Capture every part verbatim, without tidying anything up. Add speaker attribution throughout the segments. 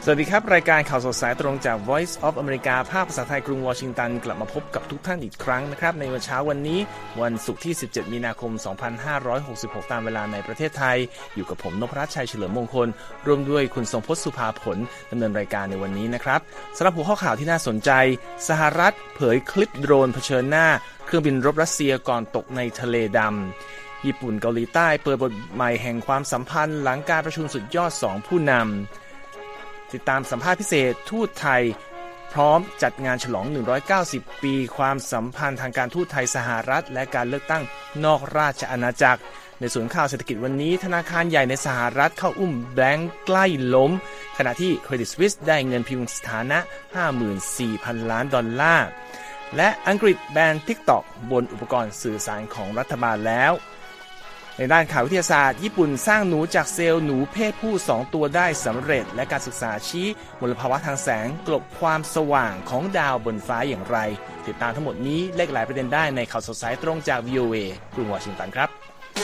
Speaker 1: สวัสดีครับรายการข่าวสดสายตรงจาก Voice of America ภาคภาษาไทยกรุงวอชิงตันกลับมาพบกับทุกท่านอีกครั้งนะครับในวันเช้าวันนี้วันศุกร์ที่สิบเจ็ดมีนาคมสองพันห้าร้อยหกสิบหกตามเวลาในประเทศไทยอยู่กับผมนพรัตน์ชัยเฉลิมมงคลร่วมด้วยคุณทรงพจน์สุภาผลดำเนินรายการในวันนี้นะครับสำหรับหัวข้อข่าวที่น่าสนใจสหรัฐเผยคลิปโดรนเผชิญหน้าเครื่องบินรบรัสเซียก่อนตกในทะเลดำญี่ปุ่นเกาหลีใต้เปิดบทใหม่แห่งความสัมพันธ์หลังการประชุมสุดยอดสองผู้นำติดตามสัมภาษณ์พิเศษทูตไทยพร้อมจัดงานฉลองหนึ่งร้อยเก้าสิบปีความสัมพันธ์ทางการทูตไทยสหรัฐและการเลือกตั้งนอกราชอาณาจักรในส่วนข่าวเศรษฐกิจวันนี้ธนาคารใหญ่ในสหรัฐเข้าอุ้มแบงก์ใกล้ล้มขณะที่ Credit Suisse ได้เงินพิมพ์สถานะ ห้าหมื่นสี่พัน ล้านดอลลาร์และอังกฤษแบน TikTok บนอุปกรณ์สื่อสารของรัฐบาลแล้วในด้านข่าววิทยาศาสตร์ญี่ปุ่นสร้างหนูจากเซลล์หนูเพศผู้สองตัวได้สำเร็จและการศึกษาชี้มลภาวะทางแสงกลบความสว่างของดาวบนฟ้าอย่างไรติดตามทั้งหมดนี้และหลายประเด็นได้ในข่าวสดสายตรงจาก วี โอ เอ กรุงวอชิงตันครับ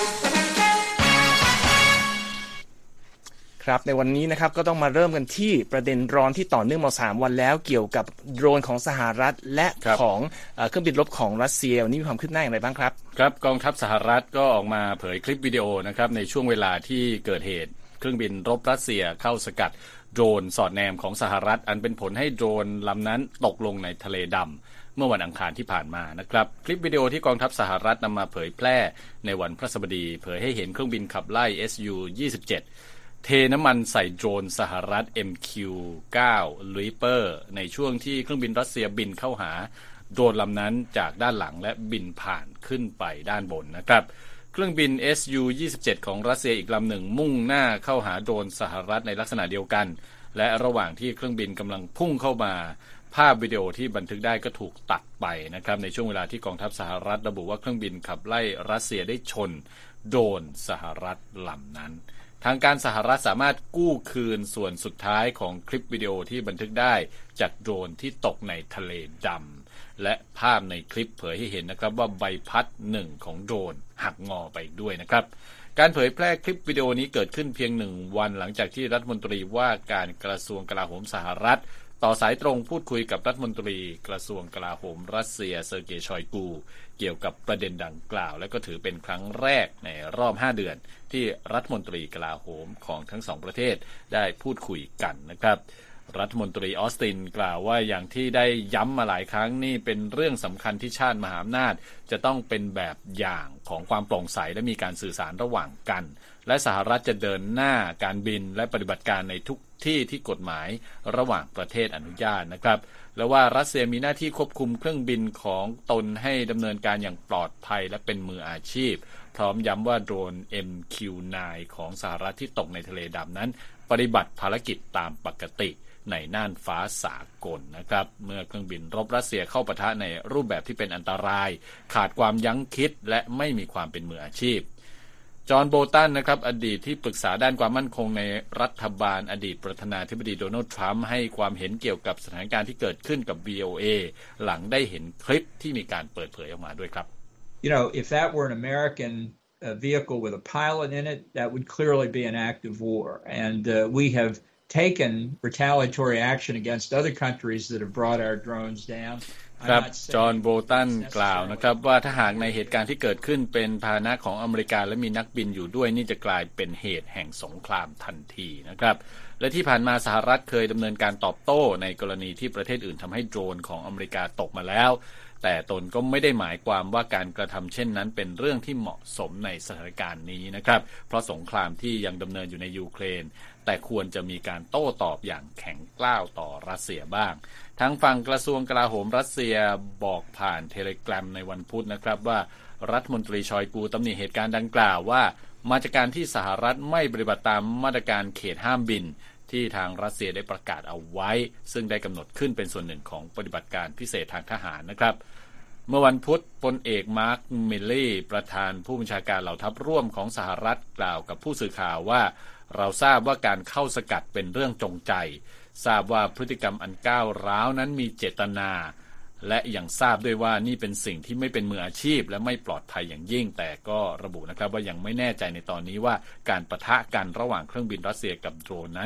Speaker 1: ครับในวันนี้นะครับก็ต้องมาเริ่มกันที่ประเด็นร้อนที่ต่อเนื่องมาสามวันแล้วเกี่ยวกับโดรนของสหรัฐและของเครื่องบินรบของรัสเซียวันนี้มีความคืบหน้าอย่างไรบ้างครับ
Speaker 2: ครับกองทัพสหรัฐก็ออกมาเผยคลิปวิดีโอนะครับในช่วงเวลาที่เกิดเหตุเครื่องบินรบรัสเซียเข้าสกัดโดรนสอดแนมของสหรัฐอันเป็นผลให้โดรนลำนั้นตกลงในทะเลดำเมื่อวันอังคารที่ผ่านมานะครับคลิปวิดีโอที่กองทัพสหรัฐนำมาเผยแพร่ในวันพฤหัสบดีเผยให้เห็นเครื่องบินขับไล่ เอส ยู ยี่สิบเจ็ดเทน้ำมันใส่โดรนสหรัฐ เอ็ม คิว ไนน์ Reaper ในช่วงที่เครื่องบินรัสเซียบินเข้าหาโดรนลำนั้นจากด้านหลังและบินผ่านขึ้นไปด้านบนนะครับเครื่องบิน เอส ยู ยี่สิบเจ็ด ของรัสเซียอีกลำหนึ่งมุ่งหน้าเข้าหาโดรนสหรัฐในลักษณะเดียวกันและระหว่างที่เครื่องบินกำลังพุ่งเข้ามาภาพวิดีโอที่บันทึกได้ก็ถูกตัดไปนะครับในช่วงเวลาที่กองทัพสหรัฐระบุว่าเครื่องบินขับไล่รัสเซียได้ชนโดรนสหรัฐลำนั้นทางการสหรัฐสามารถกู้คืนส่วนสุดท้ายของคลิปวิดีโอที่บันทึกได้จากโดรนที่ตกในทะเลดำและภาพในคลิปเผยให้เห็นนะครับว่าใบพัดหนึ่งของโดรนหักงอไปด้วยนะครับการเผยแพร่คลิปวิดีโอนี้เกิดขึ้นเพียงหนึ่งวันหลังจากที่รัฐมนตรีว่าการกระทรวงกลาโหมสหรัฐต่อสายตรงพูดคุยกับรัฐมนตรีกระทรวงกลาโหมรัสเซียเซอร์เกย์ชอยกูเกี่ยวกับประเด็นดังกล่าวและก็ถือเป็นครั้งแรกในรอบห้าเดือนที่รัฐมนตรีกลาโหมของทั้งสองประเทศได้พูดคุยกันนะครับรัฐมนตรีออสตินกล่าวว่าอย่างที่ได้ย้ำมาหลายครั้งนี่เป็นเรื่องสำคัญที่ชาติมหาอำนาจจะต้องเป็นแบบอย่างของความโปร่งใสและมีการสื่อสารระหว่างกันและสหรัฐจะเดินหน้าการบินและปฏิบัติการในทุกที่ที่กฎหมายระหว่างประเทศอนุญาตนะครับและว่ารัสเซียมีหน้าที่ควบคุมเครื่องบินของตนให้ดำเนินการอย่างปลอดภัยและเป็นมืออาชีพพร้อมย้ำว่าโดรน เอ็ม คิว ไนน์ ของสหรัฐที่ตกในทะเลดำนั้นปฏิบัติภารกิจตามปกติในน่านฟ้าสากลนะครับเมื่อเครื่องบินรบรัสเซียเข้าปะทะในรูปแบบที่เป็นอันตรายขาดความยั้งคิดและไม่มีความเป็นมืออาชีพจอห์นโบตันนะครับอดีตที่ปรึกษาด้านความมั่นคงในรัฐบาลอดีตประธานาธิบดีโดนัลด์ทรัมป์ให้ความเห็นเกี่ยวกับสถานการณ์ที่เกิดขึ้นกับ วี โอ เอ หลังได้เห็นคลิปที่มีการเปิดเผยออกมาด้วยครับ
Speaker 3: You know, if that were an American uh, vehicle with a pilot in it, that would clearly be an act of war. And uh, we have taken retaliatory action against other countries that have brought our drones down.
Speaker 2: ครับจอห์นโบตันกล่าวนะครับว่าถ้าหากในเหตุการณ์ที่เกิดขึ้นเป็นพาหนะของอเมริกาและมีนักบินอยู่ด้วยนี่จะกลายเป็นเหตุแห่งสงครามทันทีนะครับและที่ผ่านมาสหรัฐเคยดำเนินการตอบโต้ในกรณีที่ประเทศอื่นทำให้โดรนของอเมริกาตกมาแล้วแต่ตนก็ไม่ได้หมายความว่าการกระทำเช่นนั้นเป็นเรื่องที่เหมาะสมในสถานการณ์นี้นะครับเพราะสงครามที่ยังดำเนินอยู่ในยูเครนแต่ควรจะมีการโต้ตอบอย่างแข็งกร้าวต่อรัสเซียบ้างทางฝั่งกระทรวงกลาโหมรัสเซียบอกผ่านเทเลกราฟในวันพุธนะครับว่ารัฐมนตรีชอยกูตำหนิเหตุการณ์ดังกล่าวว่ามาจากการที่สหรัฐไม่ปฏิบัติตามมาตรการเขตห้ามบินที่ทางรัสเซียได้ประกาศเอาไว้ซึ่งได้กำหนดขึ้นเป็นส่วนหนึ่งของปฏิบัติการพิเศษทางทหารนะครับเมื่อวันพุธพลเอกมาร์คมิลลี่ประธานผู้บัญชาการเหล่าทัพร่วมของสหรัฐกล่าวกับผู้สื่อข่าวว่าเราทราบว่าการเข้าสกัดเป็นเรื่องจงใจทราบว่าพฤติกรรมอันก้าวร้าวนั้นมีเจตนาและยังทราบด้วยว่านี่เป็นสิ่งที่ไม่เป็นมืออาชีพและไม่ปลอดภัยอย่างยิ่งแต่ก็ระบุนะครับว่ายังไม่แน่ใจในตอนนี้ว่าการปะทะกันระหว่างเครื่องบินรัสเซียกับโดรนนั้น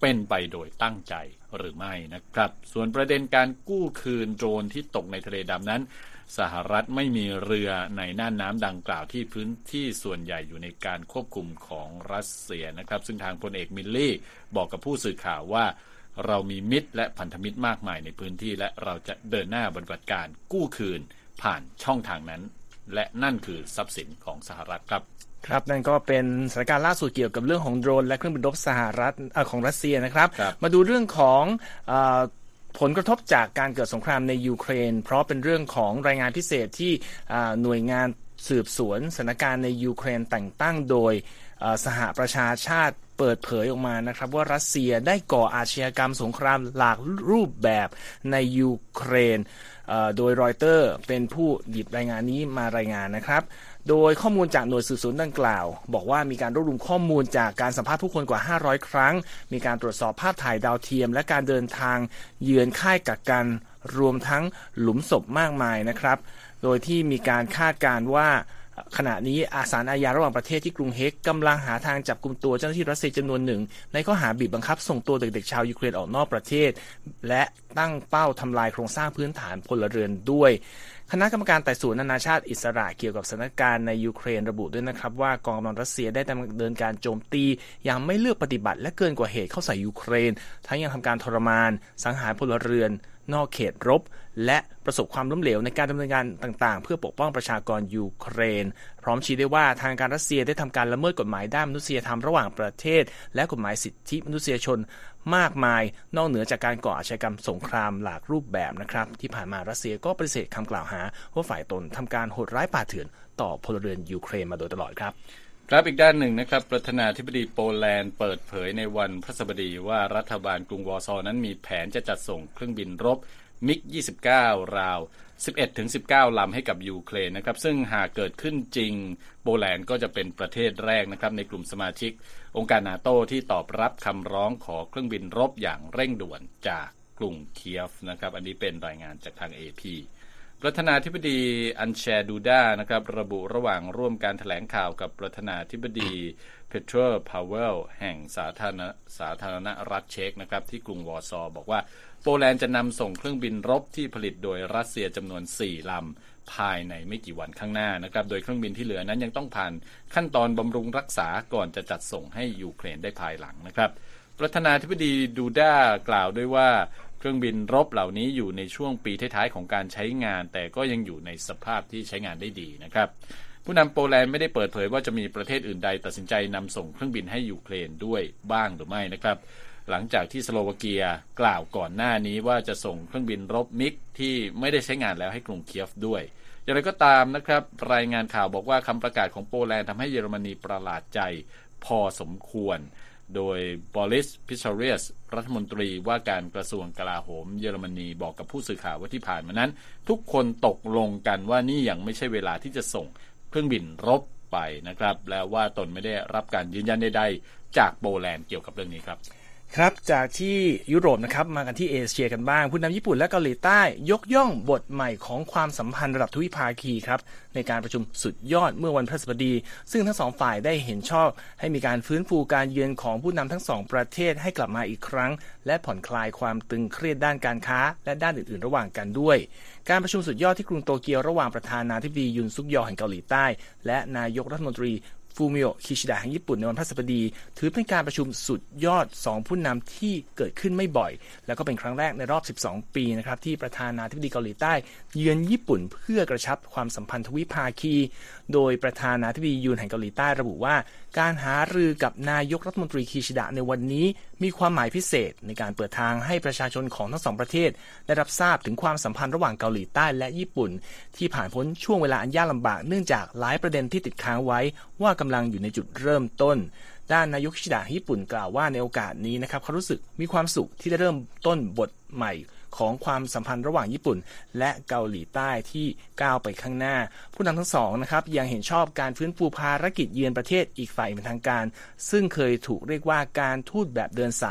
Speaker 2: เป็นไปโดยตั้งใจหรือไม่นะครับส่วนประเด็นการกู้คืนโดรนที่ตกในทะเลดำนั้นสหรัฐไม่มีเรือในน่านน้ำดังกล่าวที่พื้นที่ส่วนใหญ่อยู่ในการควบคุมของรัสเซียนะครับซึ่งทางพลเอกมิลลี่บอกกับผู้สื่อข่าวว่าเรามีมิตรและพันธมิตรมากมายในพื้นที่และเราจะเดินหน้าปฏิบัติการกู้คืนผ่านช่องทางนั้นและนั่นคือทรัพย์สินของสหรัฐครับ
Speaker 1: ครับนั่นก็เป็นสถานการณ์ล่าสุดเกี่ยวกับเรื่องของโดรนและเครื่องบินรบสหรัฐเอ่อของรัสเซียนะครับมาดูเรื่องของเอ่อผลกระทบจากการเกิดสงครามในยูเครนเพราะเป็นเรื่องของรายงานพิเศษที่หน่วยงานสืบสวนสถานการณ์ในยูเครนแต่งตั้งโดยสหประชาชาติเปิดเผยออกมานะครับว่ารัสเซียได้ก่ออาชญากรรมสงครามหลากรูปแบบในยูเครนโดยรอยเตอร์เป็นผู้หยิบรายงานนี้มารายงานนะครับโดยข้อมูลจากหน่วยสืบสวนดังกล่าวบอกว่ามีการรวบรวมข้อมูลจากการสัมภาษณ์ผู้คนกว่าห้าร้อยครั้งมีการตรวจสอบภาพถ่ายดาวเทียมและการเดินทางเยือนค่ายกักกันรวมทั้งหลุมศพมากมายนะครับโดยที่มีการคาดการณ์ว่าขณะนี้อาศาลอาญาระหว่างประเทศที่กรุงเฮกกำลังหาทางจับกุมตัวเจ้าหน้าที่รัสเซียจำนวนหนึ่งในข้อหาบีบบังคับส่งตัวเด็กๆชาวยูเครนออกนอกประเทศและตั้งเป้าทำลายโครงสร้างพื้นฐานพลเรือนด้วยคณะกรรมการไต่สวนนานาชาติอิสระเกี่ยวกับสถานการณ์ในยูเครนระบุด้วยนะครับว่ากองกำลังรัสเซียได้ดำเนินการโจมตีอย่างไม่เลือกปฏิบัติและเกินกว่าเหตุเข้าใส่ยูเครนทั้งยังทำการทรมานสังหารพลเรือนนอกเขตรบและประสบความล้มเหลวในการดำเนินการต่างๆเพื่อปกป้องประชากรยูเครนพร้อมชี้ได้ว่าทางการรัสเซียได้ทำการละเมิดกฎหมายด้านมนุษยธรรมระหว่างประเทศและกฎหมายสิทธิมนุษยชนมากมายนอกเหนือจากการก่ออาชญากรรมสงครามหลากรูปแบบนะครับที่ผ่านมารัสเซียก็ปฏิเสธคำกล่าวหาว่าฝ่ายตนทำการโหดร้ายป่าเถื่อนต่อพลเรือนยูเครนมาโดยตลอดครับ
Speaker 2: ครับอีกด้านหนึ่งนะครับประธานาธิบดีโปแลนด์เปิดเผยในวันพฤหัสบดีว่ารัฐบาลกรุงวอร์ซอนั้นมีแผนจะจัดส่งเครื่องบินรบมิกยี่สิบเก้าราว สิบเอ็ดถึงสิบเก้า ลำให้กับยูเครนนะครับซึ่งหากเกิดขึ้นจริงโปแลนด์ก็จะเป็นประเทศแรกนะครับในกลุ่มสมาชิกองค์การนาโตที่ตอบรับคำร้องขอเครื่องบินรบอย่างเร่งด่วนจากกรุงเคียฟนะครับอันนี้เป็นรายงานจากทาง เอ พี ประธานาธิบดีอันแชดูดานะครับระบุระหว่างร่วมการแถลงข่าวกับประธานาธิบดีเพโตรพาวเวลแห่งสาธารณสาธารณรัฐเช็กนะครับที่กรุงวอร์ซอบอกว่าโปแลนด์จะนำส่งเครื่องบินรบที่ผลิตโดยรัสเซียจำนวนสี่ลำภายในไม่กี่วันข้างหน้านะครับโดยเครื่องบินที่เหลือนั้นยังต้องผ่านขั้นตอนบำรุงรักษาก่อนจะจัดส่งให้ยูเครนได้ภายหลังนะครับประธานาธิบดีดูด้ากล่าวด้วยว่าเครื่องบินรบเหล่านี้อยู่ในช่วงปีท้ายๆของการใช้งานแต่ก็ยังอยู่ในสภาพที่ใช้งานได้ดีนะครับผู้นำโปแลนด์ไม่ได้เปิดเผยว่าจะมีประเทศอื่นใดตัดสินใจนำส่งเครื่องบินให้ยูเครนด้วยบ้างหรือไม่นะครับหลังจากที่สโลวาเกียกล่าวก่อนหน้านี้ว่าจะส่งเครื่องบินรบมิกที่ไม่ได้ใช้งานแล้วให้กรุงเคียฟด้วยอย่างไรก็ตามนะครับรายงานข่าวบอกว่าคำประกาศของโปแลนด์ทำให้เยอรมนีประหลาดใจพอสมควรโดยบอริสพิชาเรียสรัฐมนตรีว่าการกระทรวงกลาโหมเยอรมนีบอกกับผู้สื่อข่าวว่าที่ผ่านมานั้นทุกคนตกลงกันว่านี่ยังไม่ใช่เวลาที่จะส่งเครื่องบินรบไปนะครับแล้วว่าตนไม่ได้รับการยืนยันใดๆจากโปแลนด์เกี่ยวกับเรื่องนี้ครับ
Speaker 1: ครับจากที่ยุโรปนะครับมากันที่เอเชียกันบ้างผู้นำญี่ปุ่นและเกาหลีใต้ยกย่องบทใหม่ของความสัมพันธ์ระดับทวิภาคีครับในการประชุมสุดยอดเมื่อวันพฤหัสบดีซึ่งทั้งสองฝ่ายได้เห็นชอบให้มีการฟื้นฟูการเยือนของผู้นำทั้งสองประเทศให้กลับมาอีกครั้งและผ่อนคลายความตึงเครียดด้านการค้าและด้านอื่นๆระหว่างกันด้วยการประชุมสุดยอดที่กรุงโตเกียวระหว่างประธานาธิบดียุนซุกยอแห่งเกาหลีใต้และนายกรัฐมนตรีฟูมิโอะคิชิดะแห่งญี่ปุ่นในวันพฤหัสบดีถือเป็นการประชุมสุดยอดสองผู้นำที่เกิดขึ้นไม่บ่อยแล้วก็เป็นครั้งแรกในรอบสิบสองปีนะครับที่ประธานาธิบดีเกาหลีใต้เยือนญี่ปุ่นเพื่อกระชับความสัมพันธ์ทวิภาคีโดยประธานาธิบดียุนแห่งเกาหลีใต้ระบุว่าการหารือกับนายกรัฐมนตรีคิชิดะในวันนี้มีความหมายพิเศษในการเปิดทางให้ประชาชนของทั้งสองประเทศได้รับทราบถึงความสัมพันธ์ระหว่างเกาหลีใต้และญี่ปุ่นที่ผ่านพ้นช่วงเวลาอันยากลำบากเนื่องจากหลายประเด็นที่ติดค้างไว้ว่ากำลังอยู่ในจุดเริ่มต้นด้านนายกคิชิดะญี่ปุ่นกล่าวว่าในโอกาสนี้นะครับเขารู้สึกมีความสุขที่ได้เริ่มต้นบทใหม่ของความสัมพันธ์ระหว่างญี่ปุ่นและเกาหลีใต้ที่ก้าวไปข้างหน้าผู้นำทั้งสองนะครับยังเห็นชอบการฟื้นฟูภารกิจเยือนประเทศอีกฝ่ายเป็นทางการซึ่งเคยถูกเรียกว่าการทูตแบบเดินสาย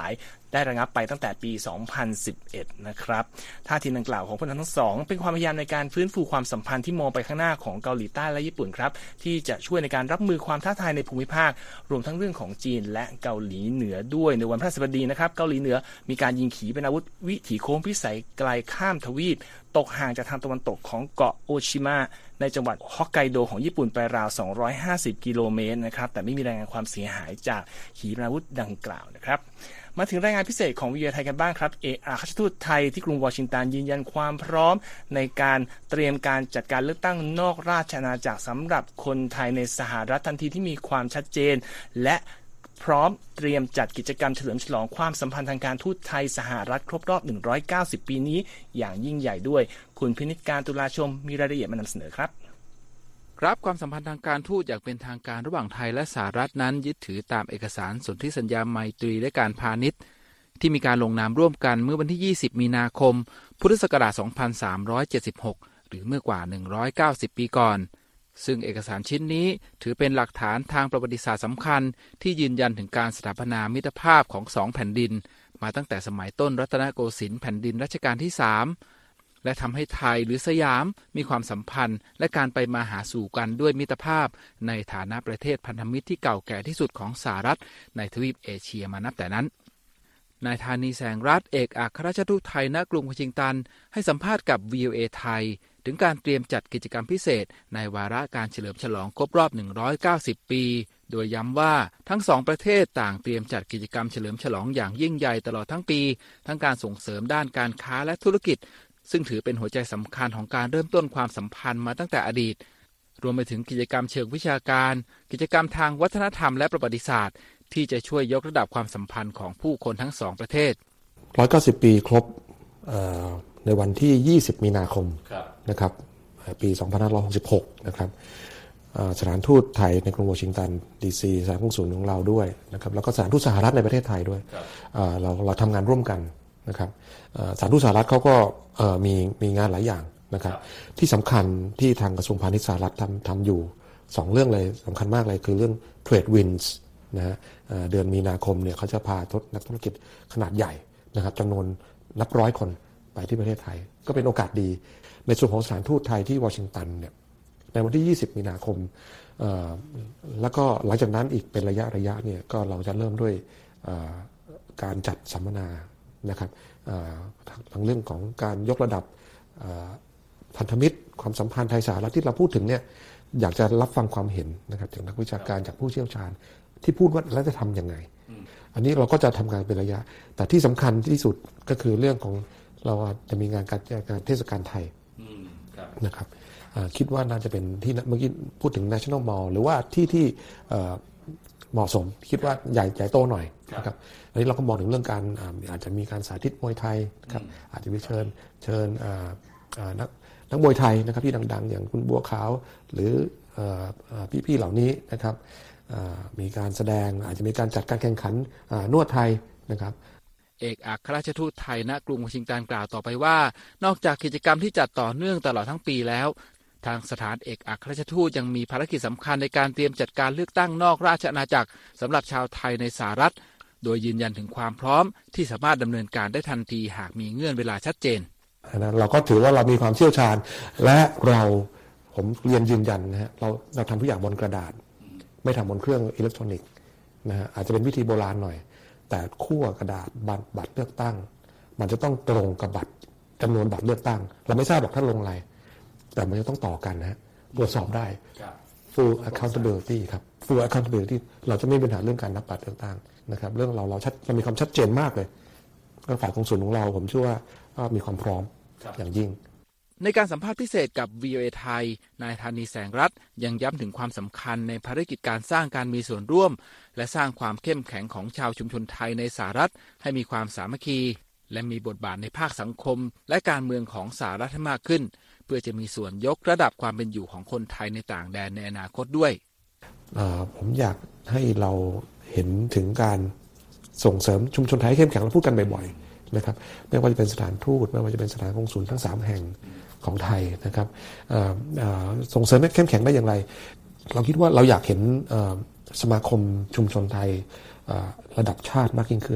Speaker 1: ได้ระงับไปตั้งแต่ปี สองพันสิบเอ็ด นะครับท่าทีดังกล่าวของผู้นำทั้งสองเป็นความพยายามในการฟื้นฟูความสัมพันธ์ที่มองไปข้างหน้าของเกาหลีใต้และญี่ปุ่นครับที่จะช่วยในการรับมือความท้าทายในภูมิภาครวมทั้งเรื่องของจีนและเกาหลีเหนือด้วยในวันพฤหัสบดีนะครับเกาหลีเหนือมีการยิงขีปนาวุธวิถีโค้งพิสัยไกลข้ามทวีปตกห่างจากทางตะวันตกของเกาะโอชิมะในจังหวัดฮอกไกโดของญี่ปุ่นไปราวสองร้อยห้าสิบกิโลเมตรนะครับแต่ไม่มีรายงานความเสียหายจากขีปนาวุธดังกล่าวนะครับมาถึงรายงานพิเศษของวี โอ เอ ไทยกันบ้างครับเอกอัครราชทูตไทยที่กรุงวอชิงตันยืนยันความพร้อมในการเตรียมการจัดการเลือกตั้งนอกราชอาณาจักรสำหรับคนไทยในสหรัฐทันทีที่มีความชัดเจนและพร้อมเตรียมจัดกิจกรรมเฉลิมฉลองความสัมพันธ์ทางการทูตไทยสหรัฐครบรอบหนึ่งร้อยเก้าสิบปีนี้อย่างยิ่งใหญ่ด้วยคุณพินิจการตุลาชมมีรายละเอียดมานำเสนอครับ
Speaker 4: ครับความสัมพันธ์ทางการทูตอย่างเป็นทางการระหว่างไทยและสหรัฐนั้นยึดถือตามเอกสารสนธิสัญญาไมตรีและการพาณิชย์ที่มีการลงนามร่วมกันเมื่อวันที่ยี่สิบมีนาคมพุทธศักราชสองพันสามร้อยเจ็ดสิบหกหรือเมื่อกว่าหนึ่งร้อยเก้าสิบปีก่อนซึ่งเอกสารชิ้นนี้ถือเป็นหลักฐานทางประวัติศาสตร์สำคัญที่ยืนยันถึงการสถาปนามิตรภาพของสองแผ่นดินมาตั้งแต่สมัยต้นรัตนโกสินทร์แผ่นดินรัชกาลที่สามและทำให้ไทยหรือสยามมีความสัมพันธ์และการไปมาหาสู่กันด้วยมิตรภาพในฐานะประเทศพันธมิตรที่เก่าแก่ที่สุดของสหรัฐในทวีปเอเชียมานับแต่นั้นนายธานีแสงรัตน์เอกอัครราชทูตไทยณกรุงวอชิงตันให้สัมภาษณ์กับ วี โอ เอ ไทยถึงการเตรียมจัดกิจกรรมพิเศษในวาระการเฉลิมฉลองครบรอบหนึ่งร้อยเก้าสิบปีโดยย้ำว่าทั้งสองประเทศต่างเตรียมจัดกิจกรรมเฉลิมฉลองอย่างยิ่งใหญ่ตลอดทั้งปีทั้งการส่งเสริมด้านการค้าและธุรกิจซึ่งถือเป็นหัวใจสำคัญของการเริ่มต้นความสัมพันธ์มาตั้งแต่อดีตรวมไปถึงกิจกรรมเชิงวิชาการกิจกรรมทางวัฒนธรรมและประวัติศาสตร์ที่จะช่วยยกระดับความสัมพันธ์ของผู้คนทั้งสองประเทศ
Speaker 5: หนึ่งร้อยเก้าสิบปีครบในวันที่ยี่สิบมีนาคมนะครับปีสองพันห้าร้อยหกสิบหกนะครับสถานทูตไทยในกรุงวอชิงตันดีซีสถานทูตศูนย์ของเราด้วยนะครับแล้วก็สถานทูตสหรัฐในประเทศไทยด้วยเราเราทำงานร่วมกันนะครับสถานทูตสหรัฐเขาก็มีมีงานหลายอย่างนะครับที่สำคัญที่ทางกระทรวงพาณิชย์สหรัฐทำทำอยู่สองเรื่องเลยสำคัญมากเลยคือเรื่อง Trade Winds นะฮะเดือนมีนาคมเนี่ยเขาจะพานักธุรกิจขนาดใหญ่นะครับจำนวนนับร้อยคนไปที่ประเทศไทยก็เป็นโอกาสดีในส่วนของสถานทูตไทยที่วอชิงตันเนี่ยในวันที่ยี่สิบมีนาคมแล้วก็หลังจากนั้นอีกเป็นระยะระยะเนี่ยก็เราจะเริ่มด้วยการจัดสัมมนานะครับทั้งเรื่องของการยกระดับพันธมิตรความสัมพันธ์ไทยสหรัฐที่เราพูดถึงเนี่ยอยากจะรับฟังความเห็นนะครับจากนักวิชาการจากผู้เชี่ยวชาญที่พูดว่าแล้วจะทำยังไงอันนี้เราก็จะทำงานเป็นระยะแต่ที่สำคัญที่สุดก็คือเรื่องของเราจะมีงานการงานเทศกาลไทยนะครับคิดว่าน่าจะเป็นที่เมื่อกี้พูดถึง National Mall หรือว่าที่ที่เหมาะสมคิดว่าใหญ่ใหญ่โตหน่อยนะครับอันนี้เราก็มองถึงเรื่องการอาจจะมีการสาธิตมวยไทยนะครับอาจจะมีเชิญเชิญนักนักมวยไทยนะครับที่ดังๆอย่างคุณบัวขาวหรือพี่ๆเหล่านี้นะครับมีการแสดงอาจจะมีการจัดการแข่งขันนวดไทยนะครับ
Speaker 4: เอกอัครราชทูตไทยณกรุงวอชิงตันกล่าวต่อไปว่านอกจากกิจกรรมที่จัดต่อเนื่องตลอดทั้งปีแล้วทางสถานเอกอัครราชทูตยังมีภารกิจสำคัญในการเตรียมจัดการเลือกตั้งนอกราชอาณาจักรสำหรับชาวไทยในสหรัฐโดยยืนยันถึงความพร้อมที่สามารถดำเนินการได้ทันทีหากมีเงื่อนเวลาชัดเจน
Speaker 5: เราก็ถือว่าเรามีความเชี่ยวชาญและเราผมเรียนยืนยันนะฮะเราเราทำทุกอย่างบนกระดาษไม่ทำบนเครื่องอิเล็กทรอนิกส์นะฮะอาจจะเป็นวิธีโบราณหน่อยแต่ขั้วกระดาษบัตรบัตรเลือกตั้งมันจะต้องตรงกับบัตรจำนวนบัตรเลือกตั้งเราไม่ทราบหรอกท่านลงอะไรแต่มันจะต้องต่อกันนะฮะตรวจสอบได้ full accountability ครับ full accountability เราจะไม่มีปัญหาเรื่องการนับบัตรเลือกตั้งนะครับเรื่องเราเราชัดเรามีความชัดเจนมากเลยก็ฝ่ายกงสุลของเราผมเชื่อว่าก็มีความพร้อมอย่างยิ่ง
Speaker 4: ในการสัมภาษณ์พิเศษกับ วี โอ เอ ไทยนายธานีแสงรัตน์ยังย้ำถึงความสำคัญในภารกิจการสร้างการมีส่วนร่วมและสร้างความเข้มแข็งของชาวชุมชนไทยในสหรัฐให้มีความสามัคคีและมีบทบาทในภาคสังคมและการเมืองของสหรัฐให้มากขึ้นเพื่อจะมีส่วนยกระดับความเป็นอยู่ของคนไทยในต่างแดนในอนาคตด้วย
Speaker 5: ผมอยากให้เราเห็นถึงการส่งเสริมชุมชนไทยเข้มแข็งเราพูดกันบ่อยๆนะครับไม่ว่าจะเป็นสถานทูตไม่ว่าจะเป็นสถานกงสุลทั้งสามแห่งของไทยนะครับส่งเสริมให้เข้มแข็งได้อย่างไรเราคิดว่าเราอยากเห็นสมาคมชุมชนไทยระดับชาติมากยิ่งขึ้น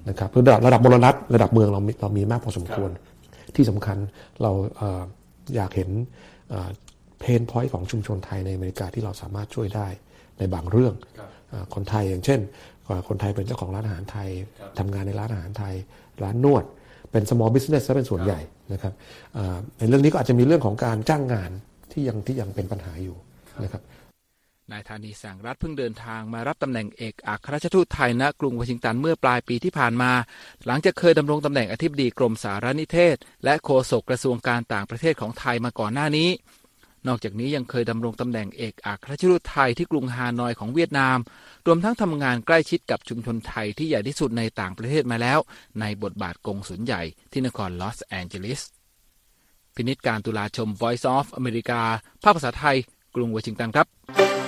Speaker 5: นะครับคือระดับระดับมลรัฐระดับเมืองเราเรามีมากพอสมควรที่สำคัญเราเอ่ออยากเห็นเพนพอยต์ของชุมชนไทยในอเมริกาที่เราสามารถช่วยได้ในบางเรื่องคนไทยอย่างเช่นคนไทยเป็นเจ้าของร้านอาหารไทยทำงานในร้านอาหารไทยร้านนวดเป็น small business ซะเป็นส่วนใหญ่นะครับในเรื่องนี้ก็อาจจะมีเรื่องของการจ้างงานที่ยังที่ยังเป็นปัญหาอยู่นะครับ
Speaker 4: นายธานีแสงรัฐเพิ่งเดินทางมารับตำแหน่งเอกอัครราชทูตไทยณกรุงวอชิงตันเมื่อปลายปีที่ผ่านมาหลังจากเคยดำรงตำแหน่งอธิบดีกรมสารนิเทศและโฆษกกระทรวงการต่างประเทศของไทยมาก่อนหน้านี้นอกจากนี้ยังเคยดำรงตำแหน่งเอกอัครราชทูตไทยที่กรุงฮานอยของเวียดนามรวมทั้งทำงานใกล้ชิดกับชุมชนไทยที่ใหญ่ที่สุดในต่างประเทศมาแล้วในบทบาทกงสุลใหญ่ที่นครลอสแอนเจลิสพินิจการตุลาชม Voice of America ภาคภาษาไทยกรุงวอชิงตันครับ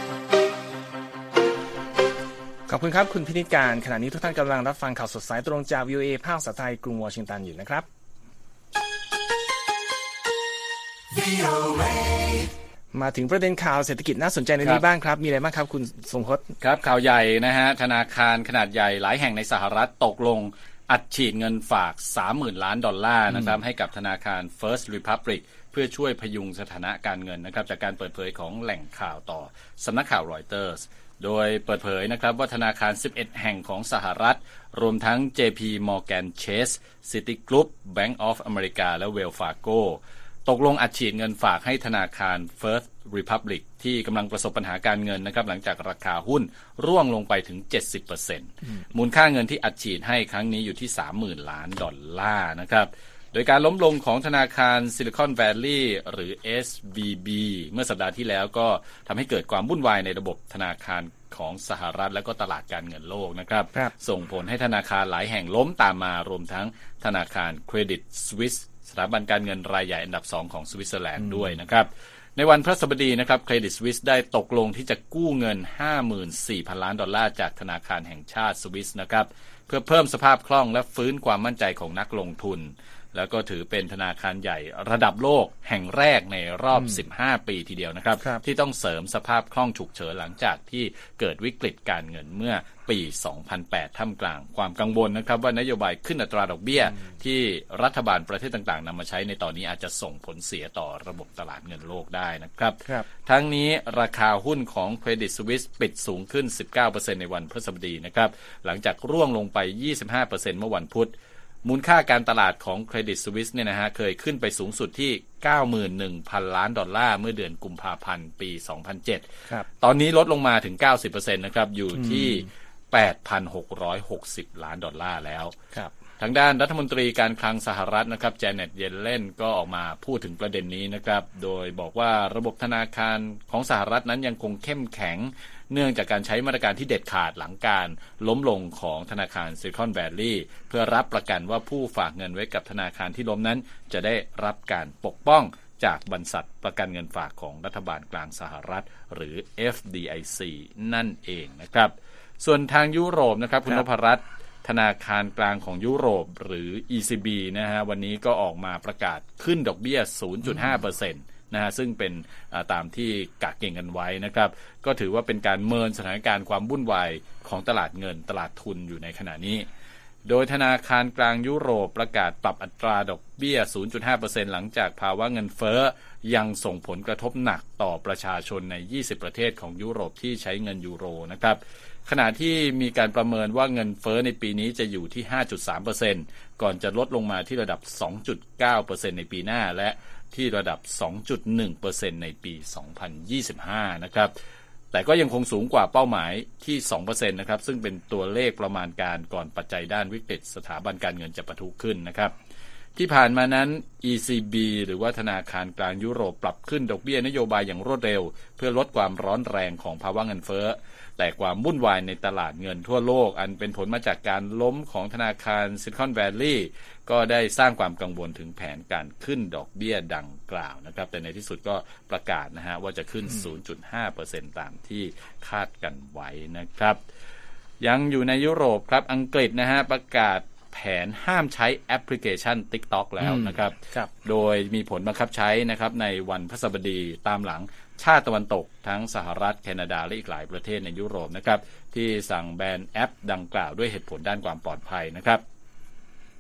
Speaker 1: ขอบคุณครับคุณพินิจการขณะนี้ทุกท่านกำลังรับฟังข่าวสดสายตรงจาก วี โอ เอ ภาคภาษาไทยกรุงวอชิงตันอยู่นะครับ วี โอ เอ มาถึงประเด็นข่าวเศรษฐกิจน่าสนใจในนี้บ้างครับมีอะไรบ้างครับคุณทรงพจน์
Speaker 2: ครับข่าวใหญ่นะฮะธนาคารขนาดใหญ่หลายแห่งในสหรัฐตกลงอัดฉีดเงินฝาก สามหมื่น ล้านดอลลาร์นะครับให้กับธนาคาร First Republic เพื่อช่วยพยุงสถานะการเงินนะครับจากการเปิดเผยของแหล่งข่าวต่อสำนักข่าวรอยเตอร์สโดยเปิดเผยนะครับว่าธนาคารสิบเอ็ดแห่งของสหรัฐรวมทั้ง เจ พี Morgan Chase Citigroup Bank of America และ Wells Fargo ตกลงอัดฉีดเงินฝากให้ธนาคาร First Republic ที่กำลังประสบปัญหาการเงินนะครับหลังจากราคาหุ้นร่วงลงไปถึง เจ็ดสิบเปอร์เซ็นต์ มูลค่าเงินที่อัดฉีดให้ครั้งนี้อยู่ที่ สามหมื่น ล้านดอลลาร์นะครับโดยการล้มลงของธนาคาร Silicon Valley หรือ เอส วี บี เมื่อสัปดาห์ที่แล้วก็ทำให้เกิดความวุ่นวายในระบบธนาคารของสหรัฐและก็ตลาดการเงินโลกนะครับส่งผลให้ธนาคารหลายแห่งล้มตามมารวมทั้งธนาคาร Credit Suisse สถาบันการเงินรายใหญ่อันดับสองของสวิตเซอร์แลนด์ด้วยนะครับในวันพฤหัสบดีนะครับ Credit Suisse ได้ตกลงที่จะกู้เงิน ห้าหมื่นสี่พัน ล้านดอลลาร์จากธนาคารแห่งชาติสวิสนะครับเพื่อเพิ่มสภาพคล่องและฟื้นความมั่นใจของนักลงทุนแล้วก็ถือเป็นธนาคารใหญ่ระดับโลกแห่งแรกในรอบสิบห้าปีทีเดียวนะครับที่ต้องเสริมสภาพคล่องฉุกเฉินหลังจากที่เกิดวิกฤตการเงินเมื่อปีสองพันแปดท่ามกลางความกังวลนะครับว่านโยบายขึ้นอัตราดอกเบี้ยที่รัฐบาลประเทศต่างๆนำมาใช้ในตอนนี้อาจจะส่งผลเสียต่อระบบตลาดเงินโลกได้นะครับทั้งนี้ราคาหุ้นของ Credit Suisse ปิดสูงขึ้น สิบเก้าเปอร์เซ็นต์ ในวันพฤหัสบดีนะครับหลังจากร่วงลงไป ยี่สิบห้าเปอร์เซ็นต์ เมื่อวันพุธมูลค่าการตลาดของ Credit Suisse เนี่ยนะฮะเคยขึ้นไปสูงสุดที่ เก้าหมื่นหนึ่งพัน ล้านดอลลาร์เมื่อเดือนกุมภาพันธ์ปีสองพันเจ็ดครับตอนนี้ลดลงมาถึง เก้าสิบเปอร์เซ็นต์ นะครับอยู่ที่ แปดพันหกร้อยหกสิบ ล้านดอลลาร์แล้วครับทางด้านรัฐมนตรีการคลังสหรัฐนะครับแจเน็ตเยลเลนก็ออกมาพูดถึงประเด็นนี้นะครับโดยบอกว่าระบบธนาคารของสหรัฐนั้นยังคงเข้มแข็งเนื่องจากการใช้มาตรการที่เด็ดขาดหลังการล้มลงของธนาคาร Silicon Valley เพื่อรับประกันว่าผู้ฝากเงินไว้กับธนาคารที่ล้มนั้นจะได้รับการปกป้องจากบรรษัทประกันเงินฝากของรัฐบาลกลางสหรัฐหรือ เอฟ ดี ไอ ซี นั่นเองนะครับส่วนทางยุโรปนะครับคุณนพรัตน์ธนาคารกลางของยุโรปหรือ อี ซี บี นะฮะวันนี้ก็ออกมาประกาศขึ้นดอกเบี้ย ศูนย์จุดห้าเปอร์เซ็นต์นะฮะซึ่งเป็นตามที่กะเก่งกันไว้นะครับก็ถือว่าเป็นการเมินสถานการณ์ความวุ่นวายของตลาดเงินตลาดทุนอยู่ในขณะนี้โดยธนาคารกลางยุโรปประกาศปรับอัตราดอกเบี้ย ศูนย์จุดห้าเปอร์เซ็นต์ หลังจากภาวะเงินเฟ้อยังส่งผลกระทบหนักต่อประชาชนในยี่สิบประเทศของยุโรปที่ใช้เงินยูโรนะครับขณะที่มีการประเมินว่าเงินเฟ้อในปีนี้จะอยู่ที่ ห้าจุดสามเปอร์เซ็นต์ ก่อนจะลดลงมาที่ระดับ สองจุดเก้าเปอร์เซ็นต์ ในปีหน้าและที่ระดับ สองจุดหนึ่งเปอร์เซ็นต์ ในปี สองพันยี่สิบห้า นะครับแต่ก็ยังคงสูงกว่าเป้าหมายที่ สองเปอร์เซ็นต์ นะครับซึ่งเป็นตัวเลขประมาณการก่อนปัจจัยด้านวิกฤตสถาบันการเงินจะปะทุขึ้นนะครับที่ผ่านมานั้น อี ซี บี หรือว่าธนาคารกลางยุโรปปรับขึ้นดอกเบี้ยนโยบายอย่างรวดเร็วเพื่อลดความร้อนแรงของภาวะเงินเฟ้อแต่ความวุ่นวายในตลาดเงินทั่วโลกอันเป็นผลมาจากการล้มของธนาคาร Silicon Valley ก็ได้สร้างความกังวลถึงแผนการขึ้นดอกเบี้ยดังกล่าวนะครับแต่ในที่สุดก็ประกาศนะฮะว่าจะขึ้น ศูนย์จุดห้าเปอร์เซ็นต์ ตามที่คาดกันไว้นะครับยังอยู่ในยุโรปครับอังกฤษนะฮะประกาศแผนห้ามใช้แอปพลิเคชัน TikTok แล้วนะครับโดยมีผลบังคับใช้นะครับในวันพฤหัสบดีตามหลังชาติตะวันตกทั้งสหรัฐแคนาดาและอีกหลายประเทศในยุโรปนะครับที่สั่งแบนแอปดังกล่าวด้วยเหตุผลด้านความปลอดภัยนะครับ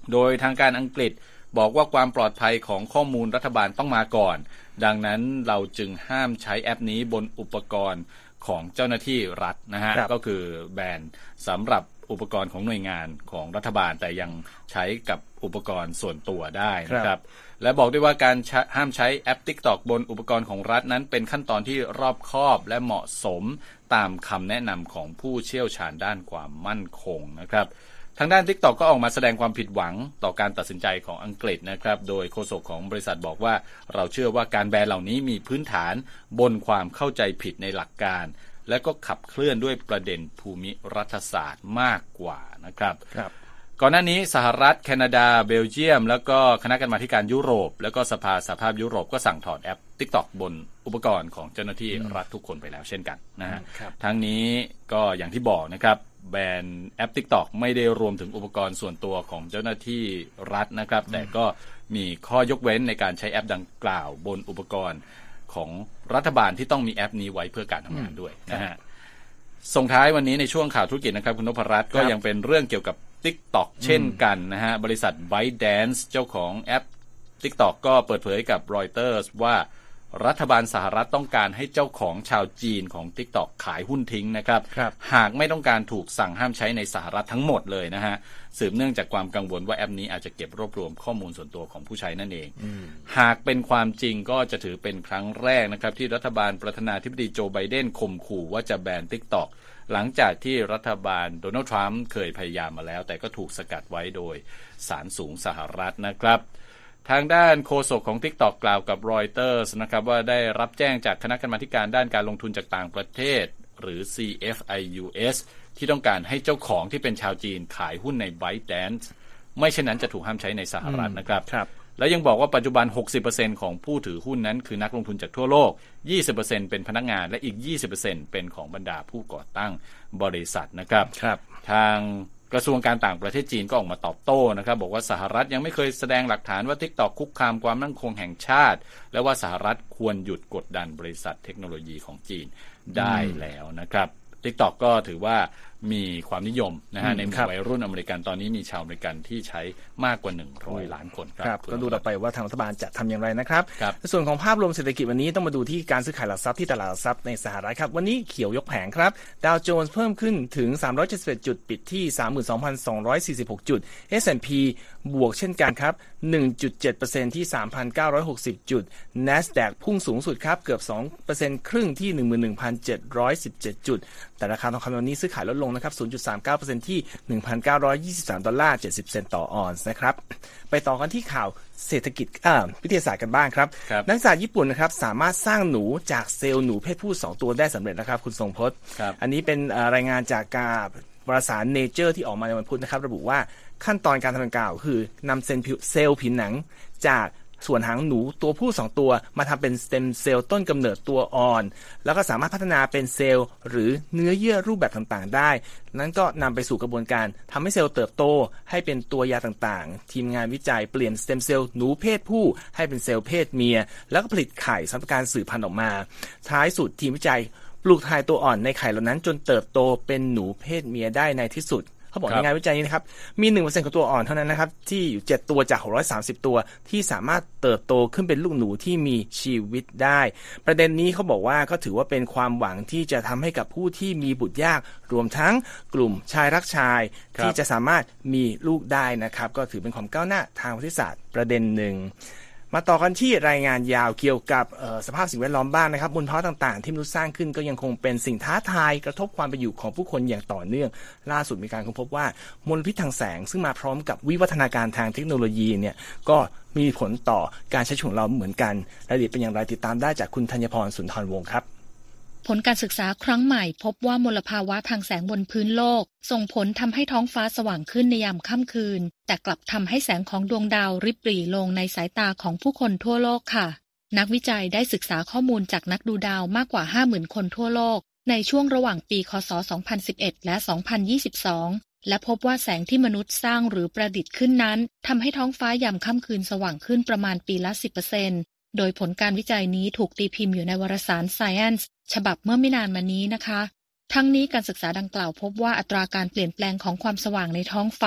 Speaker 2: โดยทางการอังกฤษบอกว่าความปลอดภัยของข้อมูลรัฐบาลต้องมาก่อนดังนั้นเราจึงห้ามใช้แอปนี้บนอุปกรณ์ของเจ้าหน้าที่รัฐนะฮะก็คือแบนสำหรับอุปกรณ์ของหน่วยงานของรัฐบาลแต่ยังใช้กับอุปกรณ์ส่วนตัวได้นะครับและบอกด้วยว่าการห้ามใช้แอป TikTok บนอุปกรณ์ของรัฐนั้นเป็นขั้นตอนที่รอบคอบและเหมาะสมตามคำแนะนำของผู้เชี่ยวชาญด้านความมั่นคงนะครับทางด้าน TikTok ก็ออกมาแสดงความผิดหวังต่อการตัดสินใจของอังกฤษนะครับโดยโฆษกของบริษัทบอกว่าเราเชื่อว่าการแบนเหล่านี้มีพื้นฐานบนความเข้าใจผิดในหลักการและก็ขับเคลื่อนด้วยประเด็นภูมิรัฐศาสตร์มากกว่านะครับครับก่อนหน้านี้สหรัฐแคนาดาเบลเยียมแล้วก็คณะกรรมาธิการยุโรปแล้วก็สภาสหภาพยุโรปก็สั่งถอดแอป TikTok บนอุปกรณ์ของเจ้าหน้าที่รัฐทุกคนไปแล้วเช่นกันนะฮะทั้งนี้ก็อย่างที่บอกนะครับแบนแอป TikTok ไม่ได้รวมถึงอุปกรณ์ส่วนตัวของเจ้าหน้าที่รัฐนะครับแต่ก็มีข้อยกเว้นในการใช้แอปดังกล่าวบนอุปกรณ์ของรัฐบาลที่ต้องมีแอปนี้ไว้เพื่อการทำงานด้วยนะฮะส่งท้ายวันนี้ในช่วงข่าวธุรกิจนะครับคุณนพรัตน์ก็ยังเป็นเรื่องเกี่ยวกับ TikTok เช่นกันนะฮะบริษัท ByteDance เจ้าของแอป TikTok ก็เปิดเผยกับ Reuters ว่ารัฐบาลสหรัฐต้องการให้เจ้าของชาวจีนของ TikTok ขายหุ้นทิ้งนะครับหากไม่ต้องการถูกสั่งห้ามใช้ในสหรัฐทั้งหมดเลยนะฮะสืบเนื่องจากความกังวลว่าแอปนี้อาจจะเก็บรวบรวมข้อมูลส่วนตัวของผู้ใช้นั่นเองหากเป็นความจริงก็จะถือเป็นครั้งแรกนะครับที่รัฐบาลประธานาธิบดีโจไบเดนข่มขู่ว่าจะแบน TikTok หลังจากที่รัฐบาลโดนัลด์ทรัมป์เคยพยายามมาแล้วแต่ก็ถูกสกัดไว้โดยศาลสูงสหรัฐนะครับทางด้านโฆษกของ TikTok กล่าวกับ Reuters นะครับว่าได้รับแจ้งจากคณะกรรมาธิการด้านการลงทุนจากต่างประเทศหรือ ซี เอฟ ไอ ยู เอส ที่ต้องการให้เจ้าของที่เป็นชาวจีนขายหุ้นใน ByteDance ไม่เช่นนั้นจะถูกห้ามใช้ในสหรัฐนะครับและยังบอกว่าปัจจุบัน หกสิบเปอร์เซ็นต์ ของผู้ถือหุ้นนั้นคือนักลงทุนจากทั่วโลก ยี่สิบเปอร์เซ็นต์ เป็นพนักงานและอีก ยี่สิบเปอร์เซ็นต์ เป็นของบรรดาผู้ก่อตั้งบริษัทนะครับทางกระทรวงการต่างประเทศจีนก็ออกมาตอบโต้นะครับบอกว่าสหรัฐยังไม่เคยแสดงหลักฐานว่า TikTok คุกคามความมั่นคงแห่งชาติและว่าสหรัฐควรหยุดกดดันบริษัทเทคโนโลยีของจีนได้แล้วนะครับ TikTok ก็ถือว่ามีความนิยมนะฮะในหมู่วัยรุ่นอเมริกันตอนนี้มีชาวอเมริกันที่ใช้มากกว่าหนึ่งร้อยล้านคนครับ
Speaker 1: ก็ดูต่อไปว่าทางรัฐบาลจะทำอย่างไรนะครับในส่วนของภาพรวมเศรษฐกิจวันนี้ต้องมาดูที่การซื้อขายหลักทรัพย์ที่ตลาดหลักทรัพย์ในสหรัฐครับวันนี้เขียวยกแผงครับดาวโจนส์เพิ่มขึ้นถึงสามร้อยเจ็ดสิบเอ็ดจุดปิดที่ สามหมื่นสองพันสองร้อยสี่สิบหก จุด เอส แอนด์ พี บวกเช่นกันครับ หนึ่งจุดเจ็ดเปอร์เซ็นต์ ที่ สามพันเก้าร้อยหกสิบ จุด NASDAQ พุ่งสูงสุดครับเกือบ สองเปอร์เซ็นต์ ครึ่งที่ หนึ่งหมื่นหนึ่งพันเจ็ดร้อยสิบเจ็ด จุดแต่ราคาทองคำวันนี้ซื้อขายลดลงนะครับ ศูนย์จุดสามเก้าเปอร์เซ็นต์ ที่ หนึ่งพันเก้าร้อยยี่สิบสาม ดอลลาร์เจ็ดสิบเซนต์ต่อออนซ์นะครับไปต่อกันที่ข่าวเศรษฐกิจอ่าวิทยาศาสตร์กันบ้างครับนักศึกษาญี่ปุ่นนะครับสามารถสร้างหนูจากเซลล์หนูเพศผู้สองตัวได้สำเร็จนะครับคุณทรงพจน์อันนี้เป็นรายงานจากการวารสาร Nature ที่ออกมาในวันพุธนะครับระบุว่าขั้นตอนการทำดังกล่าวคือนำเซลล์ผิวหนังจากส่วนหางหนูตัวผู้สองตัวมาทำเป็นสเต็มเซลล์ต้นกำเนิดตัวอ่อนแล้วก็สามารถพัฒนาเป็นเซลล์หรือเนื้อเยื่อรูปแบบต่างๆได้นั้นก็นำไปสู่กระบวนการทำให้เซลล์เติบโตให้เป็นตัวยาต่างๆทีมงานวิจัยเปลี่ยนสเต็มเซลล์หนูเพศผู้ให้เป็นเซลล์เพศเมียแล้วก็ผลิตไข่สำหรับการสืบพันธุ์ออกมาท้ายสุดทีมวิจัยปลูกถ่ายตัวอ่อนในไข่เหล่านั้นจนเติบโตเป็นหนูเพศเมียได้ในที่สุดเขาบอกในงานวิจัยนี้นะครับมี หนึ่งเปอร์เซ็นต์ ของตัวอ่อนเท่านั้นนะครับที่อยู่เจ็ดตัวจากหกร้อยสามสิบตัวที่สามารถเติบโตขึ้นเป็นลูกหนูที่มีชีวิตได้ประเด็นนี้เขาบอกว่าก็ถือว่าเป็นความหวังที่จะทำให้กับผู้ที่มีบุตรยากรวมทั้งกลุ่มชายรักชายที่จะสามารถมีลูกได้นะครับก็ถือเป็นความก้าวหน้าทางวิทยาศาสตร์ประเด็นหนึ่งมาต่อกันที่รายงานยาวเกี่ยวกับสภาพสิ่งแวดล้อมบ้างนะครับมลภาวะต่างๆที่มนุษย์สร้างขึ้นก็ยังคงเป็นสิ่งท้าทายกระทบความเป็นอยู่ของผู้คนอย่างต่อเนื่องล่าสุดมีการค้นพบว่ามลพิษทางแสงซึ่งมาพร้อมกับวิวัฒนาการทางเทคโนโลยีเนี่ยก็มีผลต่อการใช้ชีวิตของเราเหมือนกันรายละเอียดเป็นอย่างไรติดตามได้จากคุณธัญพรสุนทรวงศ์ครับ
Speaker 6: ผลการศึกษาครั้งใหม่พบว่ามลภาวะทางแสงบนพื้นโลกส่งผลทำให้ท้องฟ้าสว่างขึ้นในยามค่ำคืนแต่กลับทำให้แสงของดวงดาวริบหรี่ลงในสายตาของผู้คนทั่วโลกค่ะนักวิจัยได้ศึกษาข้อมูลจากนักดูดาวมากกว่า ห้าหมื่น คนทั่วโลกในช่วงระหว่างปีคศสองพันสิบเอ็ดและสองพันยี่สิบสองและพบว่าแสงที่มนุษย์สร้างหรือประดิษฐ์ขึ้นนั้นทำให้ท้องฟ้ายามค่ำคืนสว่างขึ้นประมาณปีละ สิบเปอร์เซ็นต์ โดยผลการวิจัยนี้ถูกตีพิมพ์อยู่ในวารสาร Science ฉบับเมื่อไม่นานมานี้นะคะทั้งนี้การศึกษาดังกล่าวพบว่าอัตราการเปลี่ยนแปลงของความสว่างในท้องฟ้า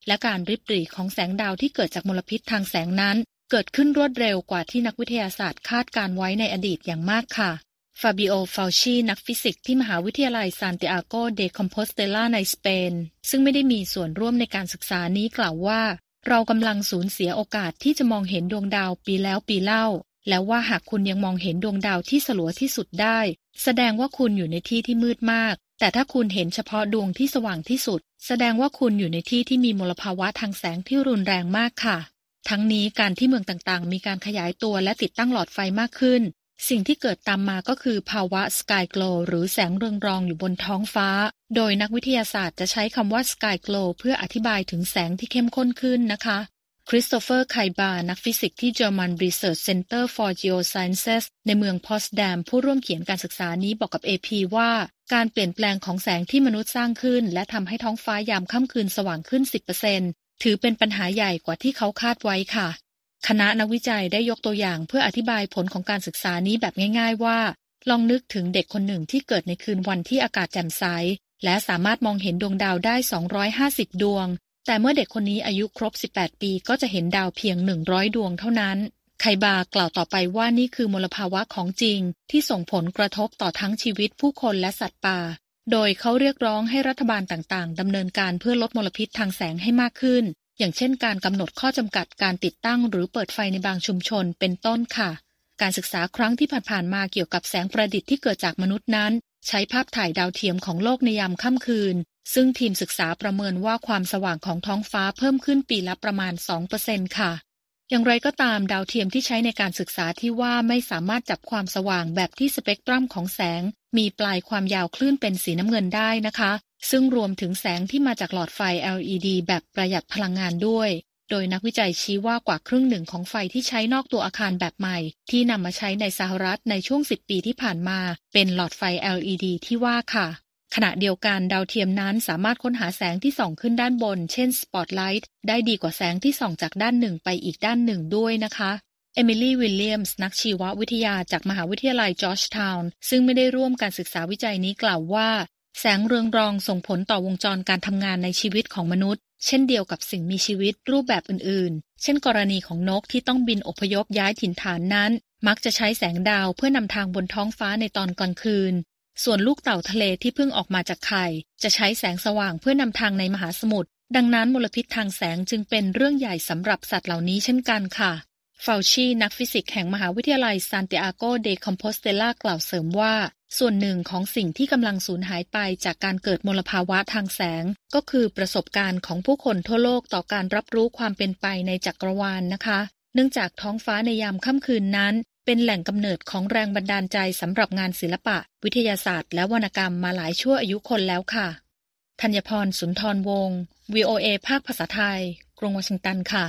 Speaker 6: และการริบหรี่ของแสงดาวที่เกิดจากมลพิษทางแสงนั้นเกิดขึ้นรวดเร็วกว่าที่นักวิทยาศาสตร์คาดการไว้ในอดีตอย่างมากค่ะฟาบิโอ ฟาวชีนักฟิสิกส์ที่มหาวิทยาลัยซานติอาโกเดคอมโพสเตลาในสเปนซึ่งไม่ได้มีส่วนร่วมในการศึกษานี้กล่าวว่าเรากำลังสูญเสียโอกาสที่จะมองเห็นดวงดาวปีแล้วปีเล่าแล้วว่าหากคุณยังมองเห็นดวงดาวที่สลัวที่สุดได้แสดงว่าคุณอยู่ในที่ที่มืดมากแต่ถ้าคุณเห็นเฉพาะดวงที่สว่างที่สุดแสดงว่าคุณอยู่ในที่ที่มีมลภาวะทางแสงที่รุนแรงมากค่ะทั้งนี้การที่เมืองต่างๆมีการขยายตัวและติดตั้งหลอดไฟมากขึ้นสิ่งที่เกิดตามมาก็คือภาวะ Sky Glow หรือแสงเรืองรองอยู่บนท้องฟ้าโดยนักวิทยาศาสตร์จะใช้คำว่า Sky Glow เพื่ออธิบายถึงแสงที่เข้มข้นขึ้นนะคะคริสโตเฟอร์ ไคบาร์นักฟิสิกส์ที่ German Research Center for Geosciences ในเมืองพอสแดมผู้ร่วมเขียนการศึกษานี้บอกกับ เอ พี ว่าการเปลี่ยนแปลงของแสงที่มนุษย์สร้างขึ้นและทำให้ท้องฟ้ายามค่ำคืนสว่างขึ้น สิบเปอร์เซ็นต์ ถือเป็นปัญหาใหญ่กว่าที่เขาคาดไว้ค่ะคณะนักวิจัยได้ยกตัวอย่างเพื่ออธิบายผลของการศึกษานี้แบบง่ายๆว่าลองนึกถึงเด็กคนหนึ่งที่เกิดในคืนวันที่อากาศแจ่มใสและสามารถมองเห็นดวงดาวได้สองร้อยห้าสิบดวงแต่เมื่อเด็กคนนี้อายุครบสิบแปดปีก็จะเห็นดาวเพียงหนึ่งร้อยดวงเท่านั้นไคบากล่าวต่อไปว่านี่คือมลภาวะของจริงที่ส่งผลกระทบต่อทั้งชีวิตผู้คนและสัตว์ป่าโดยเขาเรียกร้องให้รัฐบาลต่างๆดำเนินการเพื่อลดมลพิษทางแสงให้มากขึ้นอย่างเช่นการกำหนดข้อจำกัดการติดตั้งหรือเปิดไฟในบางชุมชนเป็นต้นค่ะการศึกษาครั้งที่ผ่านๆมาเกี่ยวกับแสงประดิษฐ์ที่เกิดจากมนุษย์นั้นใช้ภาพถ่ายดาวเทียมของโลกในยามค่ำคืนซึ่งทีมศึกษาประเมินว่าความสว่างของท้องฟ้าเพิ่มขึ้นปีละประมาณ สองเปอร์เซ็นต์ ค่ะอย่างไรก็ตามดาวเทียมที่ใช้ในการศึกษาที่ว่าไม่สามารถจับความสว่างแบบที่สเปกตรัมของแสงมีปลายความยาวคลื่นเป็นสีน้ำเงินได้นะคะซึ่งรวมถึงแสงที่มาจากหลอดไฟ แอล อี ดี แบบประหยัดพลังงานด้วยโดยนักวิจัยชี้ว่ากว่าครึ่งหนึ่งของไฟที่ใช้นอกตัวอาคารแบบใหม่ที่นำมาใช้ในสหรัฐในช่วงสิบปีที่ผ่านมาเป็นหลอดไฟ แอล อี ดี ที่ว่าค่ะขณะเดียวกันดาวเทียมนั้นสามารถค้นหาแสงที่ส่องขึ้นด้านบนเช่นสปอตไลท์ได้ดีกว่าแสงที่ส่องจากด้านหนึ่งไปอีกด้านหนึ่งด้วยนะคะเอมิลี่ วิลเลียมส์นักชีววิทยาจากมหาวิทยาลัยจอร์จทาวน์ซึ่งไม่ได้ร่วมการศึกษาวิจัยนี้กล่าวว่าแสงเรืองรองส่งผลต่อวงจรการทำงานในชีวิตของมนุษย์เช่นเดียวกับสิ่งมีชีวิตรูปแบบอื่นๆเช่นกรณีของนกที่ต้องบินอพยพย้ายถิ่นฐานนั้นมักจะใช้แสงดาวเพื่อนำทางบนท้องฟ้าในตอนกลางคืนส่วนลูกเต่าทะเลที่เพิ่งออกมาจากไข่จะใช้แสงสว่างเพื่อนำทางในมหาสมุทรดังนั้นมลพิษทางแสงจึงเป็นเรื่องใหญ่สำหรับสัตว์เหล่านี้เช่นกันค่ะฟาวชีนักฟิสิกส์แห่งมหาวิทยาลัยซานติอาโกเดคอมโพสเตลากล่าวเสริมว่าส่วนหนึ่งของสิ่งที่กำลังสูญหายไปจากการเกิดมลภาวะทางแสงก็คือประสบการณ์ของผู้คนทั่วโลกต่อการรับรู้ความเป็นไปในจักรวาลนะคะเนื่องจากท้องฟ้าในยามค่ำคืนนั้นเป็นแหล่งกำเนิดของแรงบันดาลใจสำหรับงานศิลปะวิทยาศาสตร์และวรรณกรรมมาหลายชั่วอายุคนแล้วค่ะธัญพร สุนทรวงศ์ วี โอ เอ ภาคภาษาไทยกรุงวอชิงตันค่ะ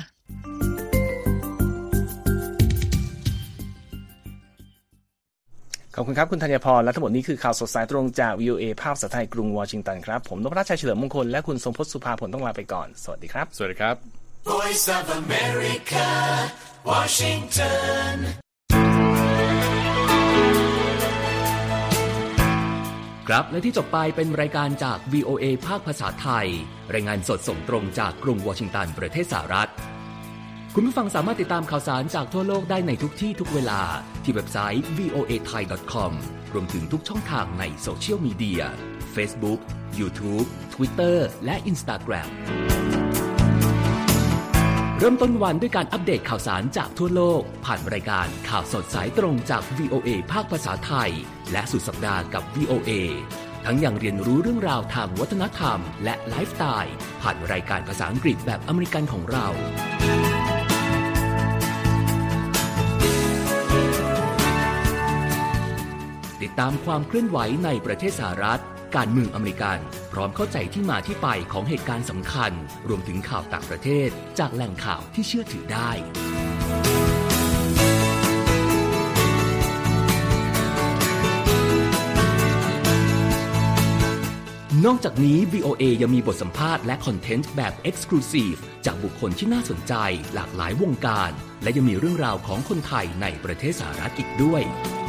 Speaker 1: ขอบคุณครับคุณธัญพรและทั้งหมดนี้คือข่าวสดสายตรงจาก วี โอ เอ ภาคภาษาไทยกรุงวอชิงตันครับผมนพรัตน์ชัยเฉลิมมงคลและคุณทรงพจน์สุภาผลต้องลาไปก่อนสวัสดีครับ
Speaker 2: สวัสดีครับ
Speaker 7: Voice of America Washington
Speaker 8: ครับและที่จบไปเป็นรายการจาก วี โอ เอ ภาคภาษาไทยรายงานสดส่งตรงจากกรุงวอชิงตันประเทศสหรัฐคุณผู้ฟังสามารถติดตามข่าวสารจากทั่วโลกได้ในทุกที่ทุกเวลาที่เว็บไซต์ วี โอ เอ ไทย ดอท คอม รวมถึงทุกช่องทางในโซเชียลมีเดีย Facebook YouTube Twitter และ Instagram เริ่มต้นวันด้วยการอัปเดตข่าวสารจากทั่วโลกผ่านรายการข่าวสดสายตรงจาก วี โอ เอ ภาคภาษาไทยและสุดสัปดาห์กับ วี โอ เอ ทั้งยังเรียนรู้เรื่องราวทางวัฒนธรรมและไลฟ์สไตล์ผ่านรายการภาษาอังกฤษแบบอเมริกันของเราติดตามความเคลื่อนไหวในประเทศสหรัฐการเมืองอเมริกันพร้อมเข้าใจที่มาที่ไปของเหตุการณ์สำคัญรวมถึงข่าวต่างประเทศจากแหล่งข่าวที่เชื่อถือได้นอกจากนี้ วี โอ เอ ยังมีบทสัมภาษณ์และคอนเทนต์แบบ Exclusive จากบุคคลที่น่าสนใจหลากหลายวงการและยังมีเรื่องราวของคนไทยในประเทศสหรัฐอีกด้วย